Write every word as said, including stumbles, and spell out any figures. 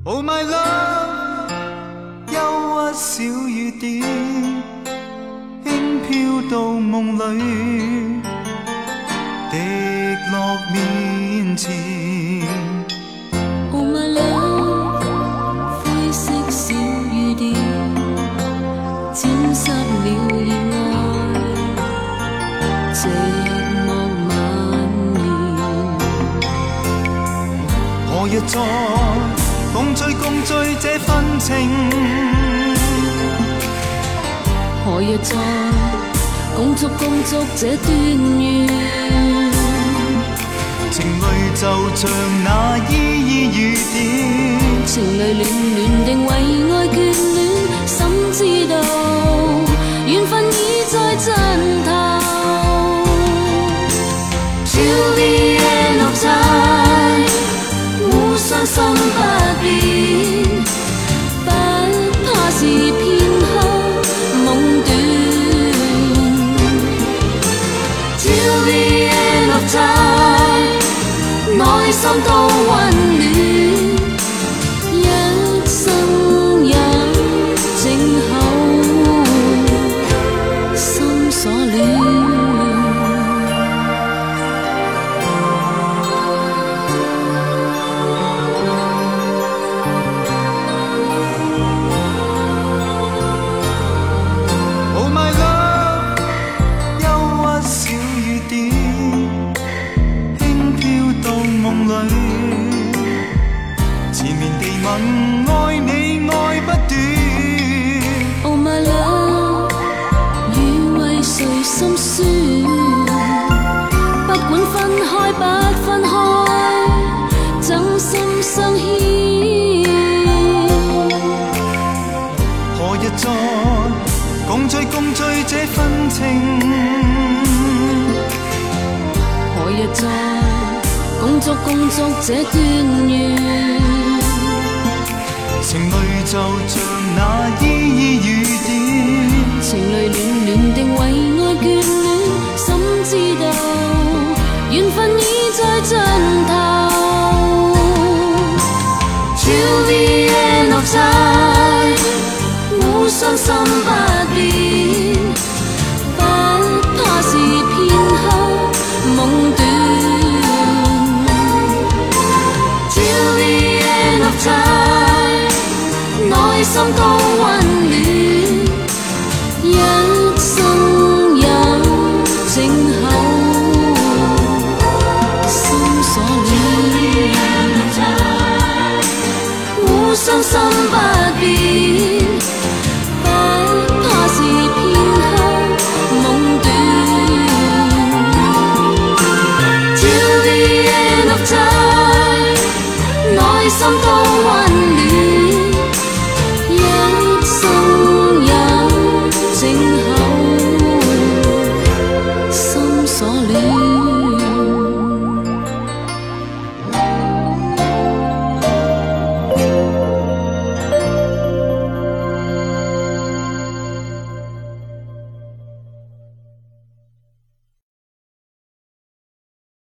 Oh my love， 憂鬱小雨點，輕飄到夢裏，滴落面前。 Oh my love， 灰色小雨點，沾濕了熱愛，寂寞蔓延。 何日再共聚共聚這份情？ 何日再共續共續這段緣？ 情侶就像那依依雨點， 情侶暖暖定為愛眷戀，心知道緣分已在盡頭。Till the end of time， 互相心不變，不怕是片刻夢短。Till the end of time， 內心都溫暖，一生有靜候，心所戀。 纏綿地問愛你愛不斷。 Oh my love， 雨為誰心酸？不管分開不分開，真心相牽。 何日再共聚共聚這份情？ 何日再共續共續這段緣？ 情侶就像那依依雨點， 情侶暖暖定為愛眷戀，心知道緣分已在盡頭。Till the end of time， 互相心不變，不怕是片刻夢短。Till the end of time， 內心都溫暖，一生有靜候，心所戀。互相心不變，不怕是片刻夢短。Till the end of time， 內心都溫暖。